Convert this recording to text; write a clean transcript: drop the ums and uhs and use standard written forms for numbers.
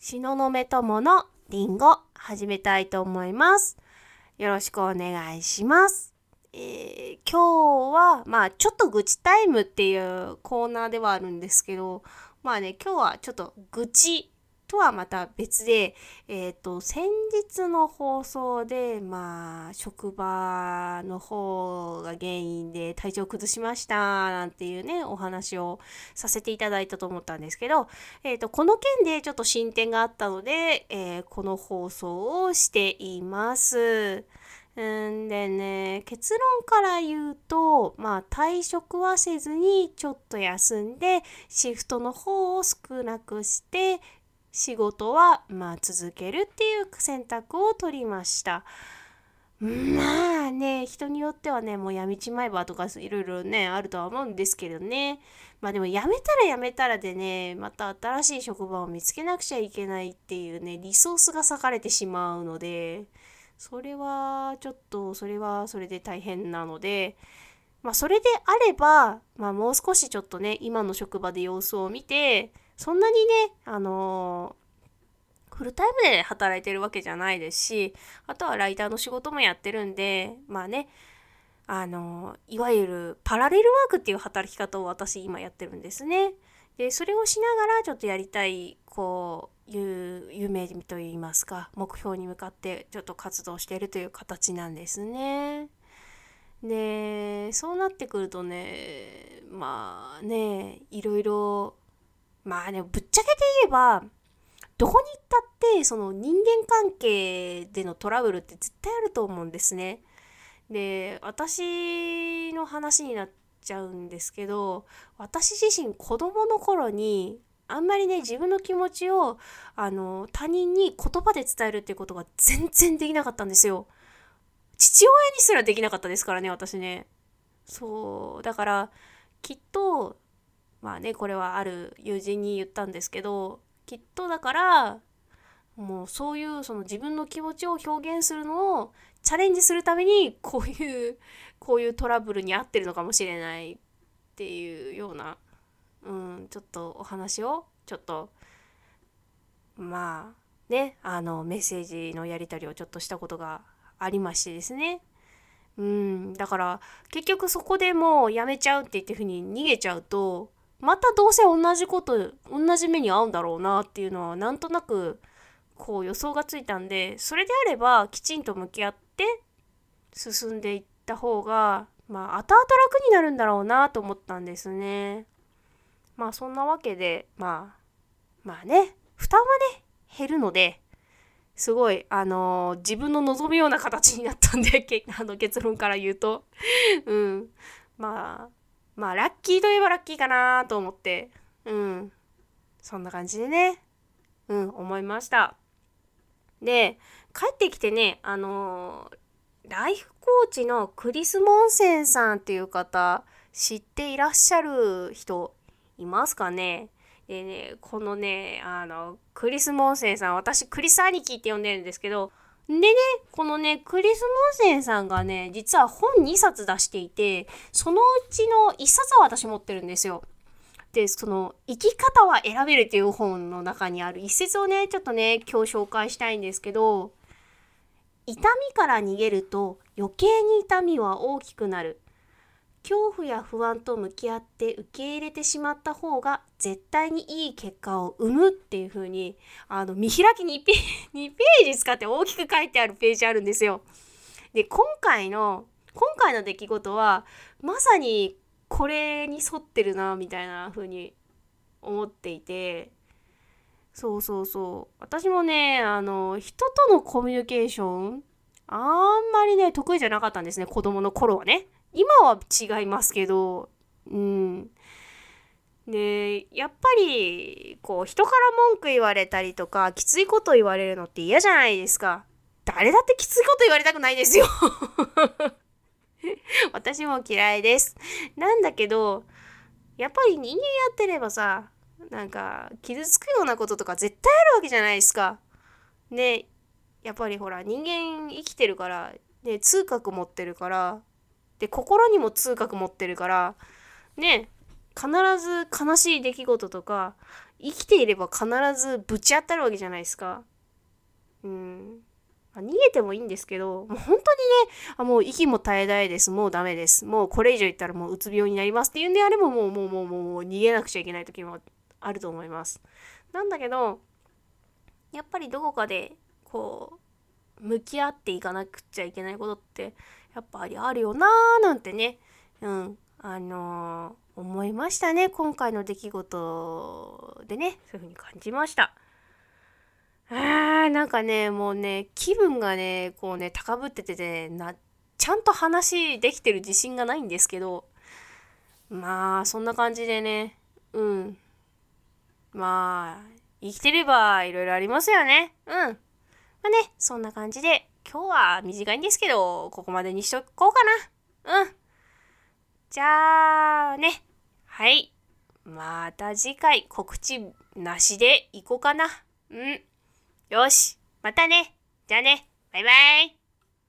東雲友のりんご始めたいと思います。よろしくお願いします。今日はちょっと愚痴タイムっていうコーナーではあるんですけど、今日はちょっと愚痴とはまた別で、先日の放送で職場の方が原因で体調崩しましたなんていうねお話をさせていただいたと思ったんですけど、この件でちょっと進展があったので、この放送をしています。でね、結論から言うと、退職はせずにちょっと休んで、シフトの方を少なくして、仕事は続けるっていう選択を取りました。人によってはね、もう辞めちまえばとかいろいろね、あるとは思うんですけどね。でも辞めたらでね、また新しい職場を見つけなくちゃいけないっていうね、リソースが割かれてしまうので、それはそれはそれで大変なので、それであれば、もう少しちょっとね、今の職場で様子を見て、そんなにね、フルタイムで働いてるわけじゃないですし、あとはライターの仕事もやってるんで、いわゆるパラレルワークっていう働き方を私今やってるんですね。で、それをしながらちょっとやりたい、夢といいますか、目標に向かってちょっと活動しているという形なんですね。で、そうなってくるとね、いろいろ、ぶっちゃけて言えば、どこに行ったってその人間関係でのトラブルって絶対あると思うんですね。で、私の話になっちゃうんですけど、私自身子供の頃にあんまりね自分の気持ちを他人に言葉で伝えるっていうことが全然できなかったんですよ。父親にすらできなかったですからね、私ね。そうだからきっとこれはある友人に言ったんですけど、きっとだからもうそういうその自分の気持ちを表現するのをチャレンジするためにこういうトラブルに遭ってるのかもしれないっていうような、ちょっとお話をちょっとメッセージのやり取りをちょっとしたことがありましてですね。だから結局そこでもうやめちゃうって言ってふうに逃げちゃうと、またどうせ同じ目に遭うんだろうなっていうのはなんとなく予想がついたんで、それであればきちんと向き合って進んでいった方が後々楽になるんだろうなと思ったんですね。そんなわけで負担はね減るので、すごい自分の望むような形になったんで結論から言うとラッキーといえばラッキーかなと思ってそんな感じでね思いました。で、帰ってきてねライフコーチのクリス・モンセンさんっていう方知っていらっしゃる人いますかね。でね、このねクリス・モンセンさん、私クリス兄貴って呼んでるんですけど、でね、このねクリス・モンセンさんがね実は本2冊出していて、そのうちの1冊は私持ってるんですよ。で、その生き方は選べるっていう本の中にある一節をねちょっとね今日紹介したいんですけど、痛みから逃げると余計に痛みは大きくなる。恐怖や不安と向き合って受け入れてしまった方が絶対にいい結果を生むっていう風に見開き2ページ使って大きく書いてあるページあるんですよ。で、今回の出来事はまさにこれに沿ってるなみたいな風に思っていて、私もね人とのコミュニケーションあんまりね得意じゃなかったんですね、子供の頃はね。今は違いますけど、でやっぱり人から文句言われたりとかきついこと言われるのって嫌じゃないですか。誰だってきついこと言われたくないですよ私も嫌いです。なんだけどやっぱり人間やってればさ、傷つくようなこととか絶対あるわけじゃないですか。ね、やっぱりほら人間生きてるからね、痛覚持ってるからで、心にも痛覚持ってるからね、必ず悲しい出来事とか生きていれば必ずぶち当たるわけじゃないですか。逃げてもいいんですけど、もう本当にね、もう息も絶え絶えです。もうダメです。もうこれ以上言ったらもううつ病になりますっていうんであればもう逃げなくちゃいけない時もあると思います。なんだけど、やっぱりどこかでこう向き合っていかなくちゃいけないことってやっぱりあるよなーなんてね、思いましたね。今回の出来事でね、そういう風に感じました。なんかね、もうね、気分がね、こうね、高ぶっててね、ちゃんと話できてる自信がないんですけど、まあ、そんな感じでね、まあ、生きてればいろいろありますよね。まあね、そんな感じで、今日は短いんですけど、ここまでにしとこうかな。じゃあね、はい。また次回告知なしでいこうかな。よし、またね。じゃあね、バイバイ。